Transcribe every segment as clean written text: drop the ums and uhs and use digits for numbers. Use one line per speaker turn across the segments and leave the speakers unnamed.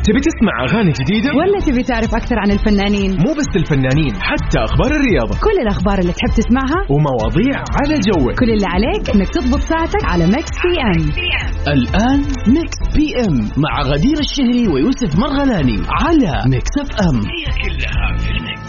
تبي تسمع أغاني جديدة
ولا تبي تعرف أكثر عن الفنانين؟
مو بس الفنانين، حتى أخبار الرياضة،
كل الأخبار اللي تحب تسمعها
ومواضيع على جوك.
كل اللي عليك إنك تضبط ساعتك على ميكس بي ام.
الآن ميكس بي ام مع غدير الشهري ويوسف مرغلاني على ميكس اف ام. هي كلها في الميكس.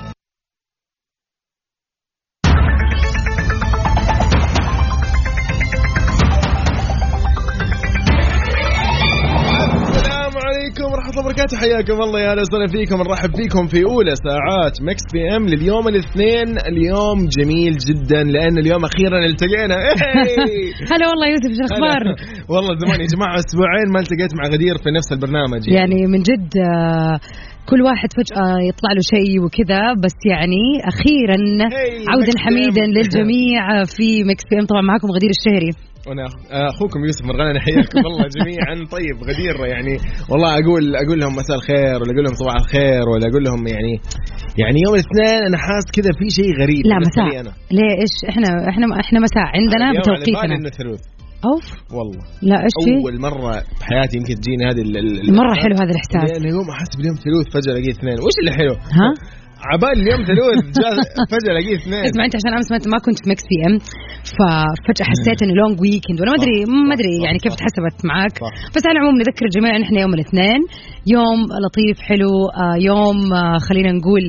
ورحمة الله وبركاته. حياكم الله يا أهلا وسهلا فيكم. نرحب فيكم في أولى ساعات مكس بي ام لليوم الاثنين. اليوم جميل جدا لأن اليوم أخيرا التقينا.
هلا والله يوسف، شو الأخبار؟
والله زمان يا جماعة أسبوعين ما التقيت مع غدير في نفس البرنامج.
يعني من جد كل واحد فجأة يطلع له شيء وكذا، بس يعني أخيرا عودا حميدا للجميع في مكس بي ام. طبعا معكم غدير الشهري
وانا اخوكم يوسف مرغلاني. حياكم الله جميعا. طيب غدير، يعني والله اقول لهم مساء الخير ولا اقول لهم صباح الخير ولا اقول لهم يعني يوم الاثنين انا حاسس كذا في شيء غريب.
لا مساء أنا. ليش احنا مساء عندنا بتوقيتنا. اوف
والله
لا ايش في
اول مره بحياتي يمكن تجيني هذه
مره حلو هذا الاحساس.
يعني اليوم احس باليوم ثلوث فجاه لقيت اثنين. وش اللي حلو؟
ها
عبال اليوم ثلوث فجأة لقيت اثنين.
اسمع انت، عشان امس ما كنت في مكس بي ام ففجأة حسيت انه لونج ويكند وانا ما ادري يعني كيف تحسبت معك. بس على العموم نذكر الجميع ان احنا يوم الاثنين يوم لطيف حلو، يوم خلينا نقول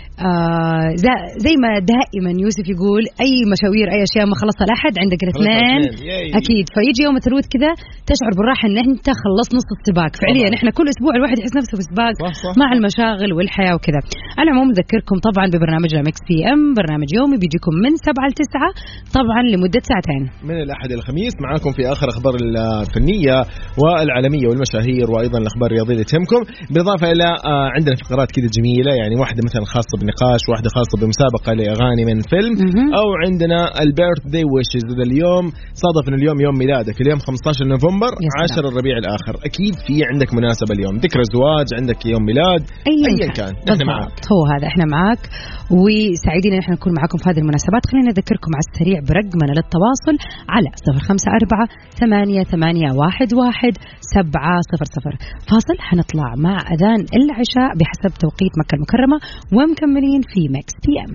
زي ما دائما يوسف يقول اي مشاوير اي اشياء ما خلصها الاحد عندك الاثنين اكيد. فيجي يوم الثلاث كذا تشعر بالراحه ان انت خلصت نص السباق فعليا. احنا كل اسبوع الواحد يحس نفسه في سباق مع المشاغل والحياه وكذا. على العموم نذكركم طبعا ببرنامجنا مكس بي ام، برنامج يومي بيجيكم من 7 ل 9 طبعا لمده ساعتين
من الاحد الى الخميس. معاكم في اخر اخبار الفنيه والعالميه والمشاهير وايضا الاخبار الرياضيه اللي تهمكم، بالاضافه الى عندنا فقرات كذا جميله، يعني واحده مثلا خاصه نقاش، واحدة خاصة بمسابقة لأغاني من فيلم، أو عندنا البيرث داي ويشز. اليوم صادف إن اليوم يوم ميلادك، اليوم 15 نوفمبر 10 الربيع الآخر. أكيد في عندك مناسبة اليوم، ذكرى زواج، عندك يوم ميلاد، أيا كان إحنا معك.
هو هذا إحنا معك وسعيدين إن إحنا نكون معكم في هذه المناسبات. خلينا نذكركم على السريع برقمنا للتواصل على 0548811700. فاصل حنطلع مع أذان العشاء بحسب توقيت مكة المكرمة ومكملين في مكس بي ام.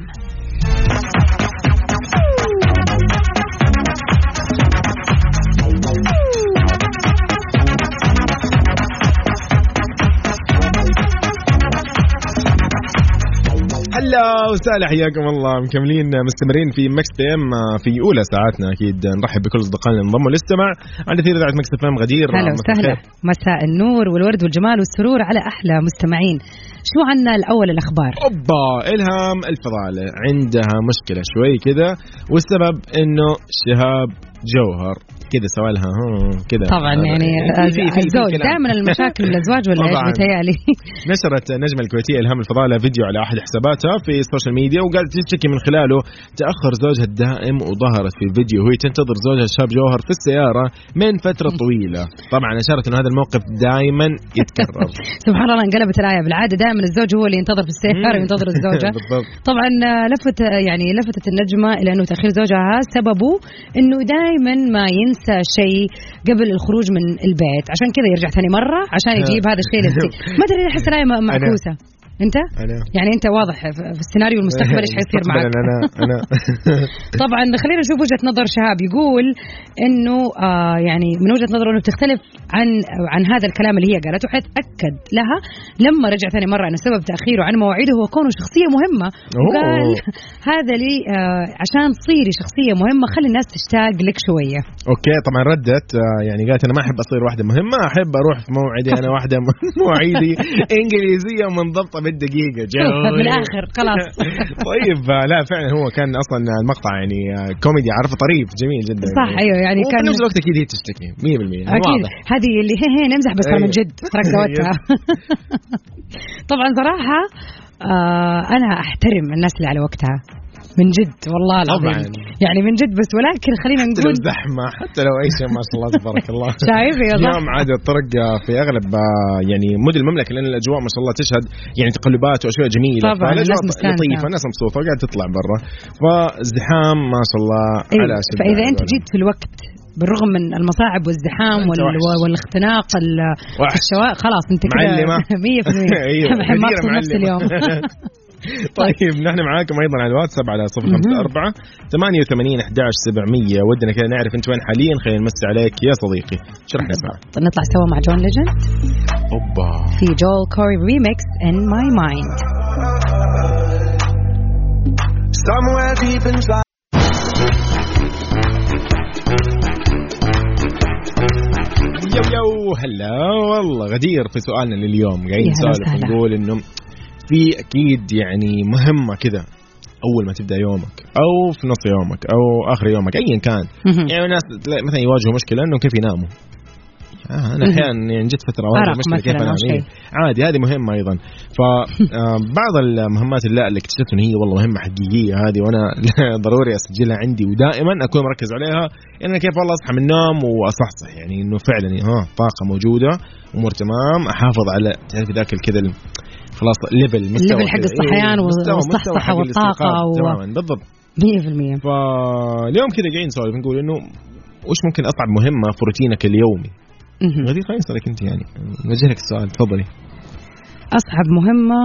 هلا وسهلا، حياكم الله. مكملين مستمرين في مكس بي ام في اولى ساعاتنا. اكيد نرحب بكل اصدقائنا اللي انضموا للاستماع على اثير اذاعه مكس بي ام. غدير
هلا وسهلا، مساء النور والورد والجمال والسرور على احلى مستمعين. شو عنا الأول الأخبار؟
إلهام الفضالة عندها مشكلة شوي كذا، والسبب إنه شهاب جوهر كذا سوالها كذا.
طبعا يعني الزوج دائما المشاكل من الأزواج ولا إيش بتهيألي.
نشرت نجمة الكويتية إلهام الفضالة فيديو على أحد حساباتها في السوشيال ميديا، وقالت تشتكي من خلاله تأخر زوجها الدائم، وظهرت في الفيديو وهي تنتظر زوجها شهاب جوهر في السيارة من فترة طويلة. طبعا أشارت إنه هذا الموقف دائما يتكرر.
سبحان الله، انقلبت الآية. بالعادة دائما الزوج هو اللي ينتظر في السيارة وينتظر الزوجة. طبعا لفتت النجمة إلى أنه تأخير زوجها سببه أنه دائما ما ينسى شيء قبل الخروج من البيت، عشان كذا يرجع ثاني مرة عشان يجيب هذا الشيء اللي ما أدري. أحس الآية معكوسة. انت يعني انت واضح في السيناريو المستقبل ايش حيصير معك.
انا
طبعا خلينا نشوف وجهة نظر شهاب. يقول انه يعني من وجهة نظره انه بتختلف عن هذا الكلام اللي هي قالته، حيث اكد لها لما رجع ثاني مرة ان سبب تاخيره عن مواعيده هو كونه شخصية مهمة، وقال هذا لي عشان تصيري شخصية مهمة خلي الناس تشتاق لك شوية.
اوكي طبعا ردت يعني قالت انا ما احب اصير واحدة مهمة، احب اروح في موعدي انا واحدة مواعيدي انجليزية منضبطة بالدقيقة
بالآخر خلاص.
طيب لا فعلا هو كان أصلا المقطع يعني كوميدي، عارفه طريف جميل جدا.
صح أيوه يعني كان
في نفس الوقت أكيد هي تشتكي 100%.
أكيد هذه اللي هي نمزح بس من جد ترك دوتها. طبعا صراحة أنا أحترم الناس اللي على وقتها من جد والله العظيم يعني من جد. بس ولكن خلينا نقول
حتى لو زحمة حتى لو أي شيء ما شاء الله تبارك الله.
شايف
اليوم عاد الطرق في أغلب يعني مدن المملكة لأن الأجواء ما شاء الله تشهد يعني تقلبات وأشياء جميلة،
طبعا الناس
لطيفة، الناس مبسوطة وقاعدة تطلع برا، فازدحام ما شاء الله على
فإذا أنت جيت في الوقت بالرغم من المصاعب والزحام والاختناق الشوارع خلاص انت كده 100% ما تصل نفس اليوم.
طيب نحن معاكم ايضا على الواتساب على 054 88 11 700. ودنا كده نعرف انت وين حاليا، خلينا نمسي عليك يا صديقي. شو رح نسمع؟
نطلع سوا مع جون ليجند
اوبا
في جول كوري ريميكس In My Mind.
Somewhere deep inside.
يو هلا والله غدير. في سؤالنا لليوم قاعدين نسولف ونقول انه في اكيد يعني مهمه كذا اول ما تبدا يومك او في نص يومك او اخر يومك ايا كان. يعني الناس مثلا يواجهوا مشكله انه كيف يناموا. انا احيانا يعني جت فتره واجه مشكله كيف انام عادي، هذه مهمه ايضا. فبعض المهمات اللي اكتشفت ان هي والله مهمه حقيقيه هذه، وانا ضروري اسجلها عندي ودائما اكون مركز عليها. يعني كيف والله اصحى من النوم واصحصح، يعني انه فعلا طاقه موجوده امور تمام، احافظ على تعرف ذاك الكذا خلاص الليفل حق
الصحيان والصحصحه والطاقه
تماما بالضبط
100%.
فاليوم كذا قاعدين نسولف نقول انه وش ممكن اصعب مهمه في روتينك اليومي. غادي خلينا نسألك انت، يعني نوجه لك السؤال، تفضلي.
اصعب مهمه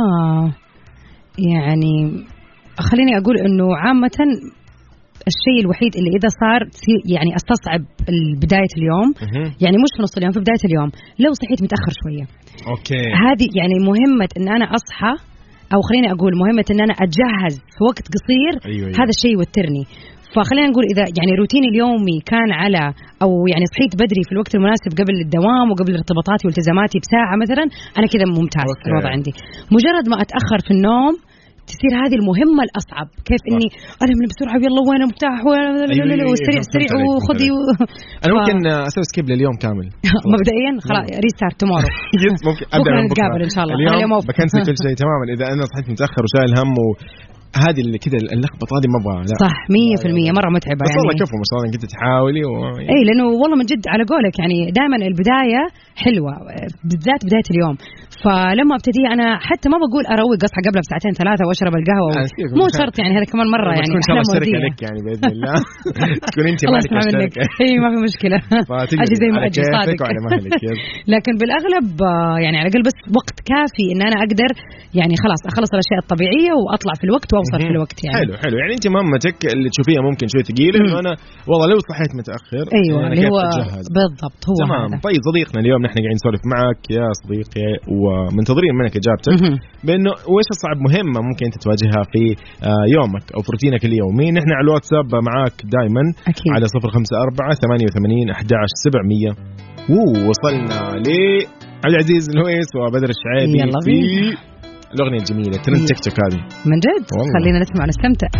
يعني خليني اقول انه عامه الشيء الوحيد اللي اذا صار يعني استصعب بدايه اليوم، يعني مش في نص اليوم، في بدايه اليوم لو صحيت متاخر شويه.
اوكي
هذه يعني مهمه ان انا اصحى، او خليني اقول مهمه ان انا اتجهز في وقت قصير.
أيوة.
هذا الشيء يوترني. فخلينا نقول إذا يعني روتيني اليومي كان على أو يعني صحيت بدري في الوقت المناسب قبل الدوام وقبل ارتباطاتي والتزاماتي بساعة مثلا، أنا كذا ممتاز في الوضع عندي. مجرد ما أتأخر في النوم تصير هذه المهمة الأصعب. كيف إني أنا من بسرعة يلا وين مفتاح وسريع سريع وخذي
أنا ممكن أسوي سكيب لليوم كامل
مبدئيا خلاص ريستارت تومورو.
ممكن أبدأ
نتقابل إن شاء الله.
اليوم بكنسل كل شيء تماما. إذا أنا صحيت متأخر وشايل هم هذه اللي كذا اللخبطه هذه ما ابغاها.
صح 100% مره متعبه
بس والله كفو ما شاء الله كنت تحاولي
اي لانه والله من جد على قولك يعني دائما البدايه حلوه بالذات بدايه اليوم. فلما ابتدي انا حتى ما بقول اروق اصحى قبلها بساعتين ثلاثه واشرب القهوه مو شرط يعني هذا كمان مره يعني
ان شاء الله اشترك عليك يعني باذن الله تكون انت مالك اشترك.
اي ما في مشكله اجي زي ما اجي صادق
وعلى مهلك.
لكن بالاغلب يعني على الاقل بس وقت كافي ان انا اقدر يعني خلاص اخلص الاشياء الطبيعيه واطلع في الوقت واوصل في الوقت. يعني
حلو يعني انت مهمتك اللي تشوفيها ممكن شوي ثقيله انه انا والله لو صحيت متاخر
ايوه اللي هو بالضبط هو
تمام. طيب صديقنا اليوم نحن قاعدين نسولف معك يا صديقي ومنتظرين منك اجابتك بانه وش اصعب مهمه ممكن انت تواجهها في يومك او في روتينك اليومي. نحن على الواتساب معاك دائما على 054 88 11 700. وصلنا لعلي العزيز الهويس وبدر الشعيبي في الأغنية الجميلة ترند تيك توك هذه
من جد والله. خلينا نسمع ونستمتع.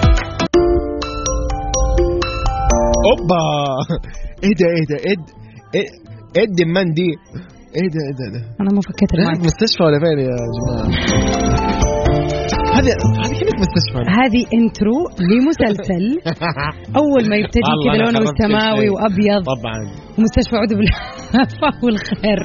أوبا إيه ده إد مندي إيه ده
أنا ما فكرت المايك
مستشفى ولا فين يا جماعة؟ هذه كانت مستشفى.
هذه انترو لمسلسل أول ما يبتدي كذا لونه سماوي وأبيض
طبعا
ومستشفى عود بالعافية والخير.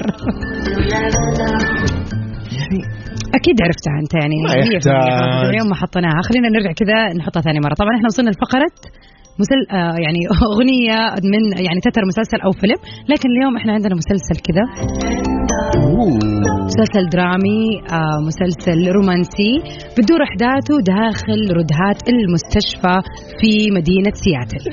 يعني
أكيد عرفتها أنت يعني اليوم ما حطيناها. خلينا نرجع كذا نحطها ثاني مرة. طبعا إحنا وصلنا لفقرة يعني أغنية من يعني تتر مسلسل أو فيلم، لكن اليوم إحنا عندنا مسلسل كذا مسلسل درامي مسلسل رومانسي بتدور أحداثه داخل ردهات المستشفى في مدينة سياتل.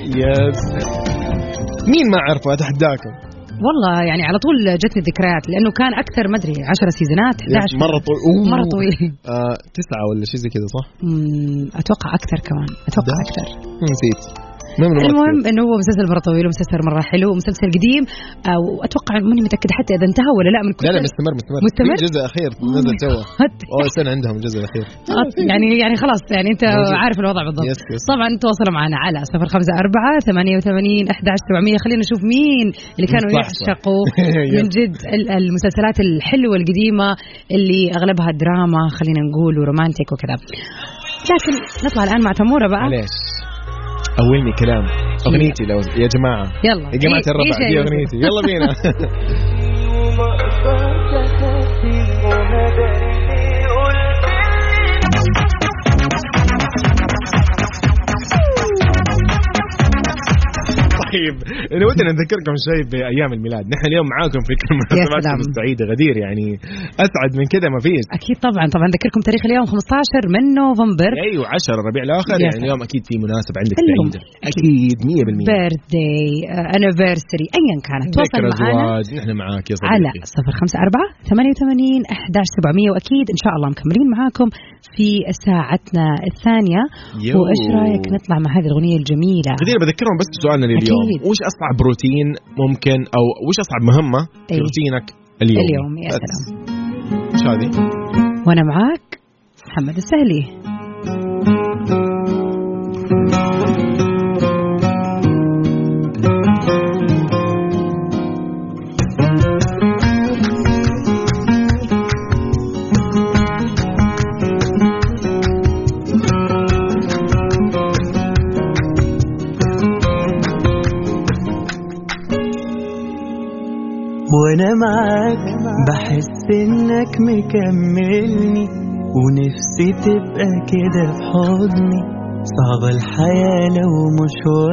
مين ما عرفه أتحداكم
والله يعني على طول جتني ذكريات لأنه كان أكثر ما أدري 10 سيزونات 11 مرة طويل
9 ولا شيء زي كذا صح؟
أتوقع أكثر كمان أكثر
نسيت.
المهم انه هو مسلسل مره طويل ومسلسل مره حلو ومسلسل قديم واتوقع ماني متاكده حتى اذا انتهى ولا لا من كل
لا مستمر جزء اخير نزل توه سنه عندهم الجزء الاخير
يعني خلاص يعني انت عارف الوضع بالضبط. طبعا تواصلوا معنا على 054 88 11 700. خلينا نشوف مين اللي كانوا يعشقوا من جد المسلسلات الحلوه القديمه اللي اغلبها دراما خلينا نقول ورومانتيك وكذا. لكن نطلع الان مع تموره بقى.
معليش أولني كلام أغنيتي لو يا جماعة
يلا
يا جماعة الربع دي أغنيتي يلا بينا. طيب أنا ودنا نذكركم شيء بأيام الميلاد. نحن اليوم معاكم في كل مناسبات السعيدة غدير، يعني أسعد من كده ما فيش.
أكيد طبعا ذكركم تاريخ اليوم 15 من نوفمبر.
أيوة 10 ربيع الآخر، يعني اليوم أكيد في مناسبة عندك سعيدة أكيد 100%.
بيرثدي، anniversary، أيا كانت تواصل معنا.
نحن معاك يا صديقي
على 054-88-11700، وأكيد إن شاء الله مكملين معاكم في ساعتنا الثانية. وإيش رأيك نطلع مع هذه الأغنية الجميلة؟
غدير بذكرهم بس سؤالنا لليوم، وش أصعب روتين ممكن أو وش أصعب مهمة في روتينك اليوم؟
يا سلام.
إيش هذه؟
وأنا معاك محمد السهلي.
وانا معاك بحس انك مكملني، ونفسي تبقى كده في حضني. صعبة الحياة لو مش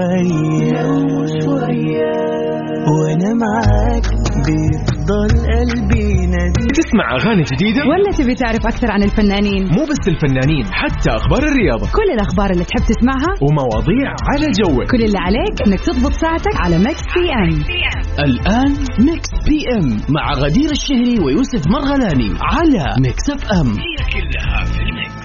شوية، وانا معاك بيفضل قلبي نادي.
تسمع أغاني جديدة
ولا تبي تعرف أكثر عن الفنانين؟
مو بس الفنانين، حتى أخبار الرياضة،
كل الأخبار اللي تحب تسمعها
ومواضيع على جوك.
كل اللي عليك إنك تضبط ساعتك على ميكس بي ام.
الآن ميكس بي ام مع غدير الشهري ويوسف مرغلاني على ميكس اف ام. هي كلها في الميكس.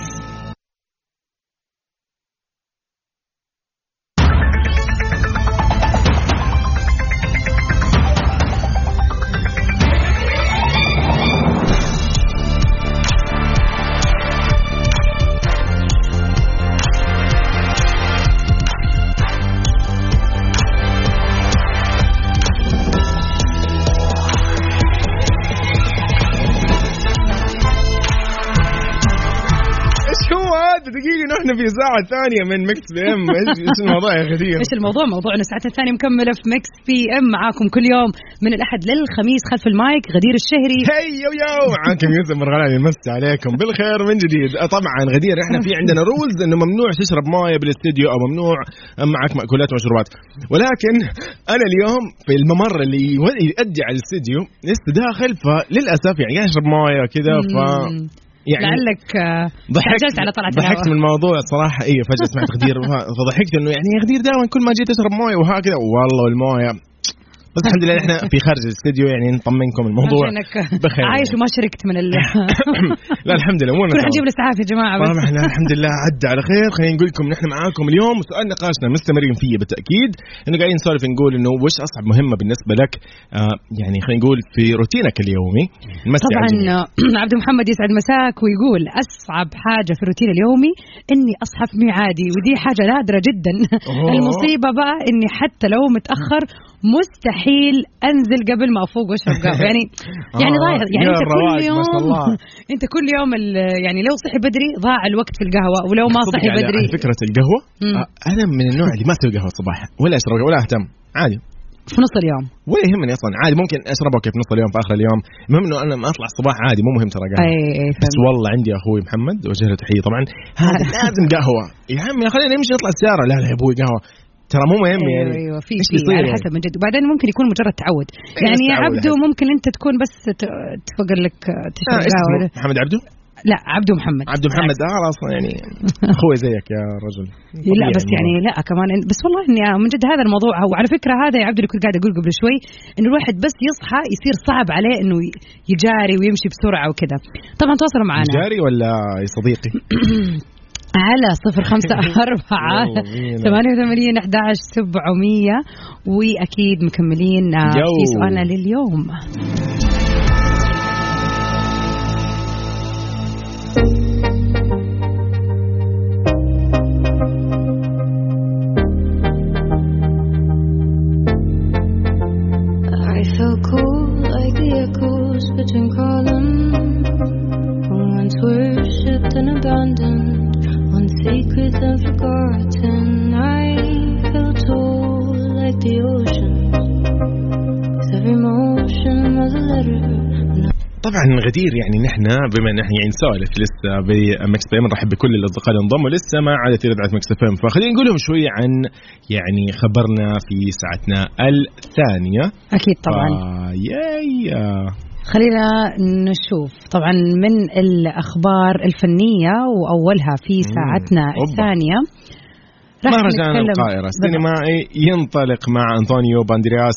دقيقة نحن في ساعة ثانية من ميكس بي ام. ايش الموضوع يا غدير؟
ايش الموضوع؟ موضوعنا ساعتنا الثانية مكملة في ميكس بي ام معاكم كل يوم من الأحد للخميس. خلف المايك غدير الشهري.
هي يو معاكم يوسف مرغلاني. مسي عليكم بالخير من جديد. طبعا غدير احنا في عندنا رولز انه ممنوع تشرب مويه بالاستديو او ممنوع معك مأكولات ومشروبات، ولكن انا اليوم في الممر اللي يؤدي على الاستديو لسه داخل، فللاسف يعني قاعد اشرب مويه كذا ف
يعني لعلك ضحكت على طلعت الهواء.
ضحكت من الموضوع صراحة. فجأة سمعت غدير فضحكت انه يعني يا غدير دائما كل ما جيت اشرب مويه وهكذا، والله المويه بس الحمد لله احنا في خارج الاستديو يعني نطمنكم الموضوع
بخير عايش وما شركت من
لا الحمد لله مو
نروح نجيب الاسعاف يا جماعه. بس
احنا الحمد لله عدى على خير. خلينا نقول لكم نحن معاكم اليوم، سؤال نقاشنا مستمرين فيه بالتاكيد، انه قاعدين نسولف نقول انه وش اصعب مهمه بالنسبه لك يعني خلينا نقول في روتينك اليومي.
طبعا عبد محمد يسعد مساك ويقول اصعب حاجه في الروتين اليومي اني اصحى في ميعادي، ودي حاجه نادره جدا. المصيبه بقى اني حتى لو متاخر مستحيل انزل قبل ما افوق واشرب قهوه. يعني ضايع. يعني انت كل يوم يعني لو صحي بدري ضاع الوقت في القهوه، ولو ما صحي بدري
فكره القهوه. انا من النوع اللي ما اسوي قهوه الصباح ولا اشرب ولا اهتم، عادي
في نص اليوم
ولا يهمني اصلا، عادي ممكن اشربه كيف نص اليوم في اخر اليوم. المهم انه انا ما اطلع الصباح عادي، مو مهم ترى قهوه. بس والله عندي اخوي محمد وجه له تحيه طبعا، هذا لازم قهوه يا عمي، خلينا نمشي نطلع السياره. لا يا ابوي قهوه ترى مو مهم. يعني
ايوه في على حسب من جد، وبعدين ممكن يكون مجرد تعود. يعني يا عبدو ممكن انت تكون بس تفكر لك تشرب قهوه.
محمد عبدو؟
لا عبدو محمد.
عبدو محمد اصلا يعني اخوي زيك يا رجل.
لا بس يعني لا كمان بس والله اني من جد هذا الموضوع. وعلى فكره هذا يا عبدو اللي كنت قاعد اقول قبل شوي، انه الواحد بس يصحى يصير صعب عليه انه يجاري ويمشي بسرعه وكذا. طبعا تواصلوا معنا.
يجاري ولا يا صديقي؟
على 054-88-11-700 وأكيد مكملين في سؤالنا لليوم.
I felt cool like the echoes between calling, once worshipped and abandoned, secrets unforgotten. I felt whole like the ocean, 'cause every motion was a letter
طبعا غدير يعني نحن بما ان احنا يعني نسولف لسه بمكس بي ام، نرحب بكل الاصدقاء اللي انضموا لسه مع عادة راديو مكس بي ام. فخلينا نقول لهم شوي عن يعني خبرنا في ساعتنا الثانيه.
اكيد طبعا. خلينا نشوف طبعا من الأخبار الفنية وأولها في ساعتنا الثانية.
مهرجان القاهرة السينمائي ينطلق مع أنطونيو بانديراس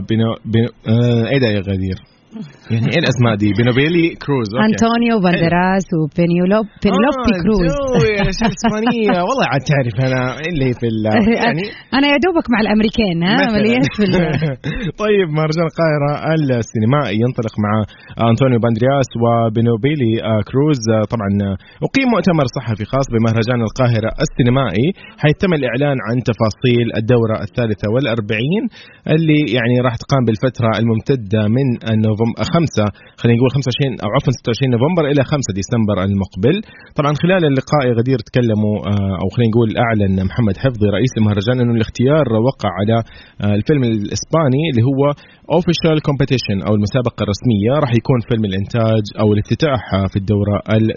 إيه ده يا غدير؟ يعني ايه الاسماء دي؟ بينوبيلي كروز.
أنطونيو بانديراس وبينيلوبي كروز.
يا شيخ اسبانية والله عاد تعرف انا اللي في يعني
انا يا دوبك مع الامريكان مليت في
طيب مهرجان القاهرة السينمائي ينطلق مع أنطونيو بانديراس وبينوبيلي كروز. طبعا أقيم مؤتمر صحفي خاص بمهرجان القاهرة السينمائي، حيتم الإعلان عن تفاصيل الدورة 43 اللي يعني راح تقام بالفترة الممتدة من خمسة خلينا نقول 25 أو عفوا 26 نوفمبر إلى 5 ديسمبر المقبل. طبعا خلال اللقاء غدير تكلموا أو خلينا نقول أعلن محمد حفظي رئيس المهرجان أنه الاختيار وقع على الفيلم الإسباني اللي هو Official Competition أو المسابقة الرسمية، راح يكون فيلم الإنتاج أو الافتتاح في الدورة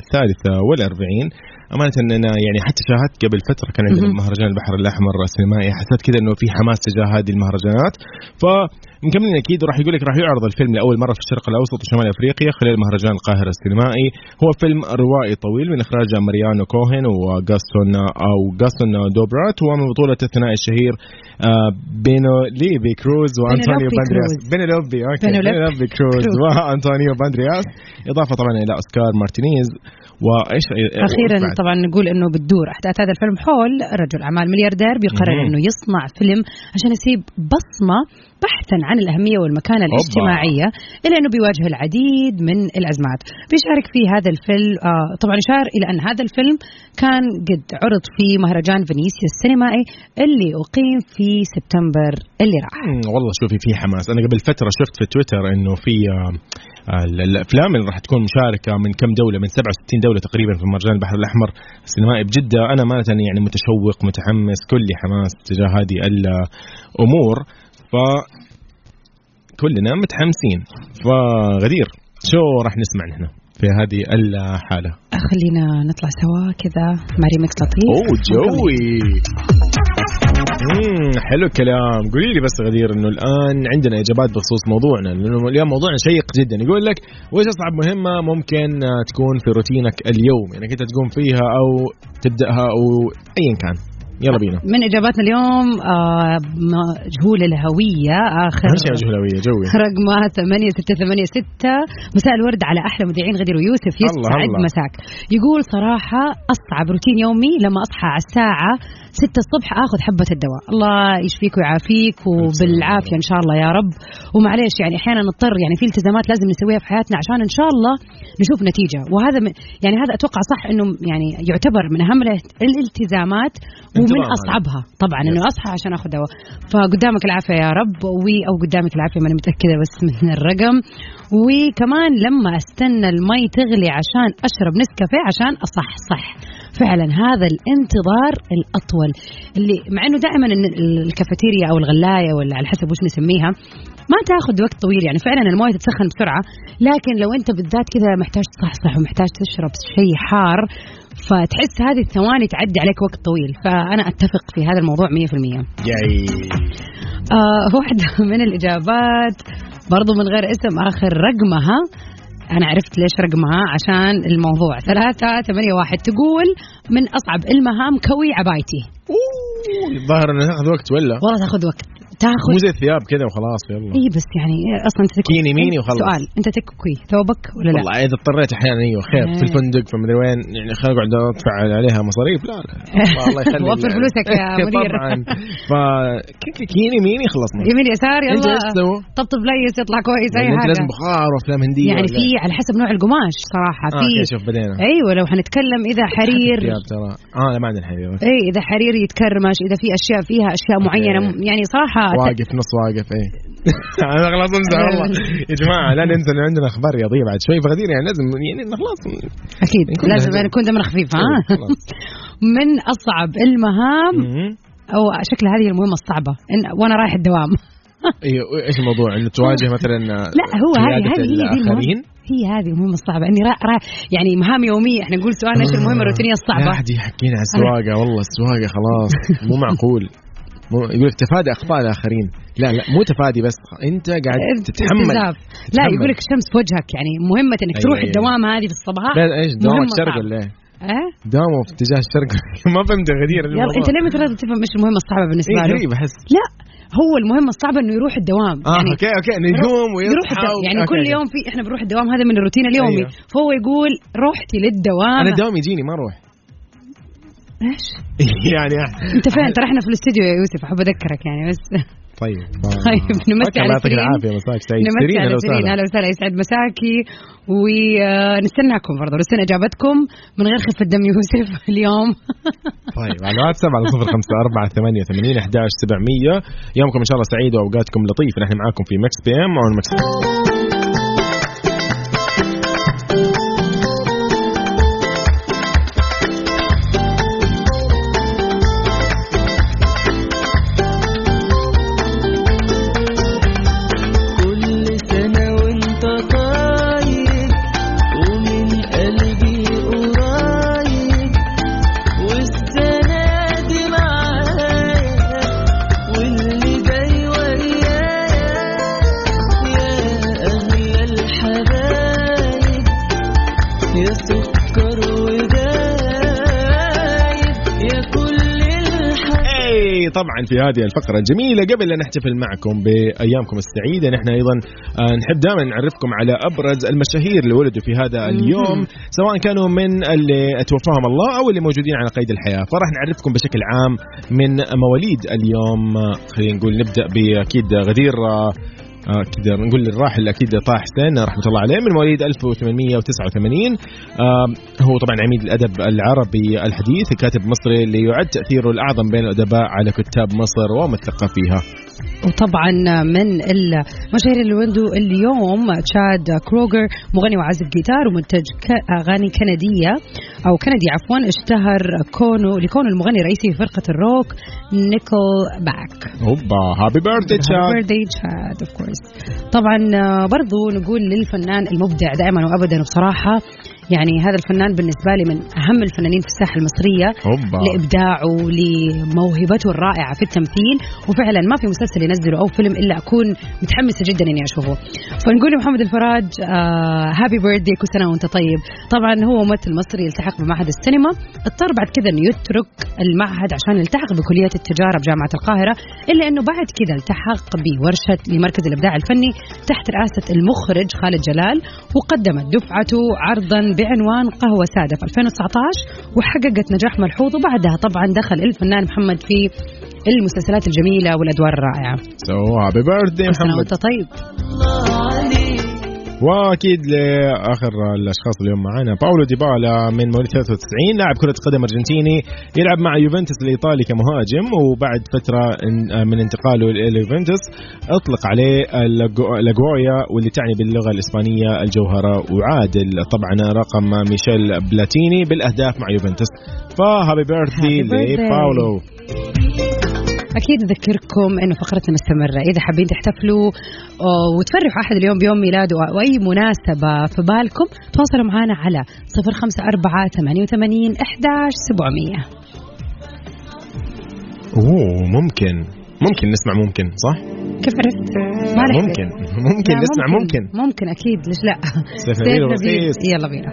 43. أمانة أننا يعني حتى شاهدت قبل فترة كان عندنا مهرجان البحر الأحمر السينمائي، حسيت كذا أنه في حماس تجاه هذه المهرجانات. فمكملين أكيد، وراح يقول لك راح يعرض الفيلم لأول مرة في الشرق الأوسط وشمال أفريقيا خلال مهرجان القاهرة السينمائي. هو فيلم روائي طويل من إخراج ماريانو كوهن وغاستون دوبرات، ومن بطولة الثنائي الشهير بينولوبي كروز وأنطونيو بانديراس. بينولوبي كروز وأنطونيو بانديراس، إضافة طبعا إلى أوسكار مارتينيز. وإيش
أخيرا طبعا نقول إنه بتدور أحداث هذا الفيلم حول رجل أعمال ملياردير بيقرر إنه يصنع فيلم عشان يسيب بصمة بحثا عن الأهمية والمكانة الاجتماعية، إلا أنه بيواجه العديد من الأزمات. بيشارك في هذا الفيلم طبعا يشار إلى أن هذا الفيلم كان قد عرض في مهرجان فينيسيا السينمائي اللي أقيم في سبتمبر اللي راح.
والله شوفي في حماس. أنا قبل فترة شفت في تويتر إنه في الأفلام اللي راح تكون مشاركة من كم دولة، من 67 دولة تقريبا في مهرجان البحر الأحمر السينمائي بجدة. أنا ما يعني متشوق متحمس كل حماس تجاه هذه الأمور، فكلنا متحمسين. فغدير شو راح نسمع نحن في هذه الحالة؟
خلينا نطلع سوا كذا مع ريمكس لطيف.
جوي حلو الكلام. قولي لي بس غدير انه الان عندنا اجابات بخصوص موضوعنا، لانه اليوم موضوعنا شيق جدا. يقول لك وش اصعب مهمة ممكن تكون في روتينك اليوم، يعني انت تقوم فيها او تبداها او ايا كان. يلا بينا
من اجاباتنا اليوم. مجهول الهويه اخر
مجهول الهويه جوي
رقمها 8686. مساء الورد على احلى مذيعين غدير ويوسف، يسعد مساك. يقول صراحه اصعب روتين يومي لما اصحى على الساعه 6 الصبح اخذ حبه الدواء. الله يشفيك ويعافيك وبالعافيه ان شاء الله يا رب. ومعليش يعني احيانا نضطر، يعني في التزامات لازم نسويها في حياتنا عشان ان شاء الله نشوف نتيجه، وهذا يعني هذا اتوقع صح انه يعني يعتبر من اهم الالتزامات ومن أصعبها طبعا إنه أصحى عشان أخذ دواء. فقدامك العافية يا رب، أو قدامك العافية ما أنا متأكدة بس من الرقم. وكمان لما أستنى المي تغلي عشان أشرب نسكافيه عشان أصحصح. فعلا هذا الانتظار الأطول اللي مع إنه دائما الكافيتيريا أو الغلاية ولا على حسب وش نسميها ما تاخذ وقت طويل، يعني فعلا المويه تتسخن بسرعة، لكن لو أنت بالذات كذا محتاج تصحصح ومحتاج تشرب شيء حار فتحس هذه الثواني تعدي عليك وقت طويل. فأنا أتفق في هذا الموضوع 100%. واحدة من الإجابات برضو من غير اسم آخر رقمها، أنا عرفت ليش رقمها عشان الموضوع 381 تقول من أصعب المهام كوي عبايتي.
الظاهر أنه تأخذ وقت ولا؟
والله تأخذ وقت، تاخذ
مو زي الثياب كذا وخلاص يلا.
اي بس يعني اصلا انت
كيني ميني وخلاص.
سؤال انت تكوي ثوبك ولا لا؟
والله اذا اضطريت احيانا ايوه خير في الفندق في مدري وين، يعني خلينا اقعد ادفع عليها مصاريف. لا الله يخليك
وفر فلوسك يا مدير.
طبعا كيني ميني خلصنا
يمين يسار يلا طبطب ليس يطلع كويس اي حاجه.
لازم بخار وافلام هنديه
يعني في على حسب نوع القماش صراحه. في
شوف بدينا
ايوه لو حنتكلم اذا حرير
ترى لا ما عندنا حرير.
اي اذا حرير يتكرمش، اذا في اشياء فيها اشياء معينه يعني صراحه
واقف نص واقف. ايه انا خلاص انسى والله يا جماعه، لا ننسى انه عندنا اخبار رياضيه بعد شوي فغدير، يعني لازم يعني خلاص
اكيد لازم نكون دمنا خفيف. من اصعب المهام او شكل هذه المهمه الصعبه وانا رايح الدوام.
ايوه ايش الموضوع؟ انه تواجه مثلا
لا هو هذه دي المهمه. هي هذه المهمة الصعبة إني يعني مهام يومية. إحنا نقول سؤالنا إيش المهمة الروتينية الصعبة.
لا أحد يحكينا على السواقة والله السواقة خلاص مو معقول. يقول لك تفادي أخطاء الآخرين. لا مو تفادي بس أنت قاعد تتحمل.
لا يقول لك الشمس في وجهك يعني مهمة إنك تروح الدوام هذه في الصباح.
لا إيش دوام الشرق ولا إيه؟ دوامه في اتجاه الشرق. ما فهمت غدير.
يلا أنت ليه ترى تفهم إيش المهمة الصعبة بالنسبة له؟
غريب أحس.
لا هو المهمة الصعبة إنه يروح الدوام.
يعني أوكي إنه يقوم ويصحى.
يعني كل يوم في إحنا بنروح الدوام هذا من الروتين اليومي. فهو يقول رحتي للدوام.
أنا الدوام يجيني ما أروح.
إيش؟
يعني
أنت فين؟ ترى إحنا في الاستديو يا يوسف أحب أذكرك يعني بس.
طيب
نمسي على
يعطيك العافية. مساك سعيد.
أهلا وسهلا يسعد مساكي ونستناكم برضه نستنى إجابتكم من غير خفة دم يوسف اليوم.
طيب على واتساب على 0548811700. يومكم إن شاء الله سعيد وأوقاتكم لطيفة. نحن معاكم في مكس بي ام أو مكس. طبعا في هذه الفقرة الجميلة قبل أن نحتفل معكم بأيامكم السعيدة نحن أيضا نحب دائما نعرفكم على أبرز المشاهير اللي ولدوا في هذا اليوم سواء كانوا من اللي توفاهم الله أو اللي موجودين على قيد الحياة. فراح نعرفكم بشكل عام من مواليد اليوم. خلينا نقول نبدأ بأكيد غدير كده نقول الراحل أكيد طه حسين رحمة الله عليه من مواليد 1889. هو طبعا عميد الأدب العربي الحديث كاتب مصري اللي يعد تأثيره الأعظم بين الأدباء على كتاب مصر ومثقفيها.
وطبعا من المشاهير اللي ولدوا اليوم تشاد كروجر مغني وعازف جيتار ومنتج أغاني كندية أو كندي عفوا اشتهر لكونه المغني الرئيسي في فرقة الروك نيكل باك.
هابي بيرثدي
تشاد اوف كورس. طبعا برضو نقول للفنان المبدع دائما وأبدا وبصراحة يعني هذا الفنان بالنسبة لي من أهم الفنانين في الساحة المصرية لإبداعه لموهبته الرائعة في التمثيل. وفعلا ما في مسلسل ينزله أو فيلم إلا أكون متحمسة جدا إني أشوفه. فنقول لمحمد الفراج هابي بيرثدي كل سنة وأنت طيب. طبعا هو ممثل مصري يلتحق بمعهد السينما اضطر بعد كذا إنه يترك المعهد عشان يلتحق بكلية التجارة بجامعة القاهرة إلا إنه بعد كذا التحق بورشة لمركز الإبداع الفني تحت رئاسة المخرج خالد جلال وقدمت دفعته عرضا بعنوان قهوة سادة في 2019 وحققت نجاح ملحوظ. وبعدها طبعا دخل الفنان محمد في المسلسلات الجميلة والأدوار الرائعة.
happy birthday محمد
وانت طيب.
واكيد لاخر الاشخاص اليوم معنا باولو ديبالا من مواليد 93 لاعب كرة قدم ارجنتيني يلعب مع يوفنتوس الايطالي كمهاجم وبعد فترة من انتقاله ليوفنتوس اطلق عليه لاغويا واللي تعني باللغة الاسبانية الجوهرة وعادل طبعا رقم ميشيل بلاتيني بالاهداف مع يوفنتوس. فهابي بيرثدي لباولو. أكيد
أذكركم إنه فقرتنا مستمرة. إذا حابين تحتفلوا وتفرحوا أحد اليوم بيوم ميلاده أو أي مناسبة في بالكم تواصلوا معنا على 0548811700.
ممكن نسمع ممكن صح؟
كيف عرفت؟
ممكن نسمع
ممكن أكيد ليش لا. يلا بينا.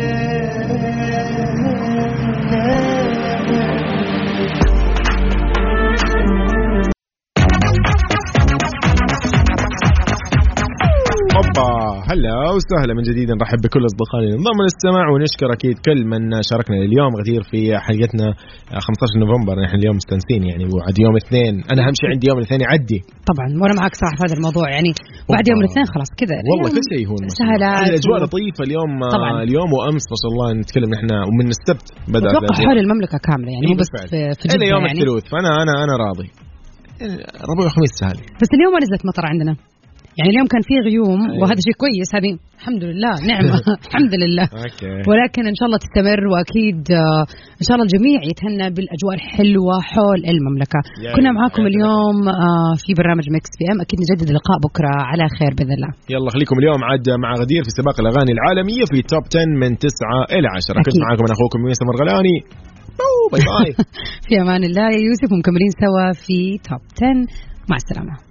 هلا وسهلا من جديد. نرحب بكل أصدقائنا انضم للسماع ونشكر أكيد كل من شاركنا اليوم غدير في حلقتنا 15 نوفمبر. نحن اليوم مستنسين يعني وعد يوم الاثنين. أنا أهم شيء عندي يوم الاثنين يعدي
طبعا وأنا معك صراحة في هذا الموضوع يعني بعد يوم الاثنين خلاص كذا
والله كل شيء هون
سهلات
الأجواء لطيفة اليوم طبعا. اليوم وأمس ما شاء الله نتكلم نحن ومن السبت بدأ
أتوقع حول المملكة كاملة يعني مو بس في جدة
يوم
يعني.
الثلاث فأنا راضي. ربع وخميس سهل
بس اليوم ما نزلت مطر عندنا يعني اليوم كان فيه غيوم وهذا شيء كويس، هذه الحمد لله نعمة الحمد لله. ولكن إن شاء الله تستمر، وأكيد إن شاء الله الجميع يتهنى بالأجواء الحلوة حول المملكة. كنا معاكم اليوم في برنامج ميكس بي ام، أكيد نجدد اللقاء بكرة على خير بإذن الله.
يلا خليكم اليوم عاد مع غدير في سباق الأغاني العالمية في توب 10 من 9 إلى 10. كنت معاكم أنا أخوكم يوسف مرغلاني. باي باي.
في أمان الله يا يوسف، ومكملين سوا في توب 10. مع السلامة.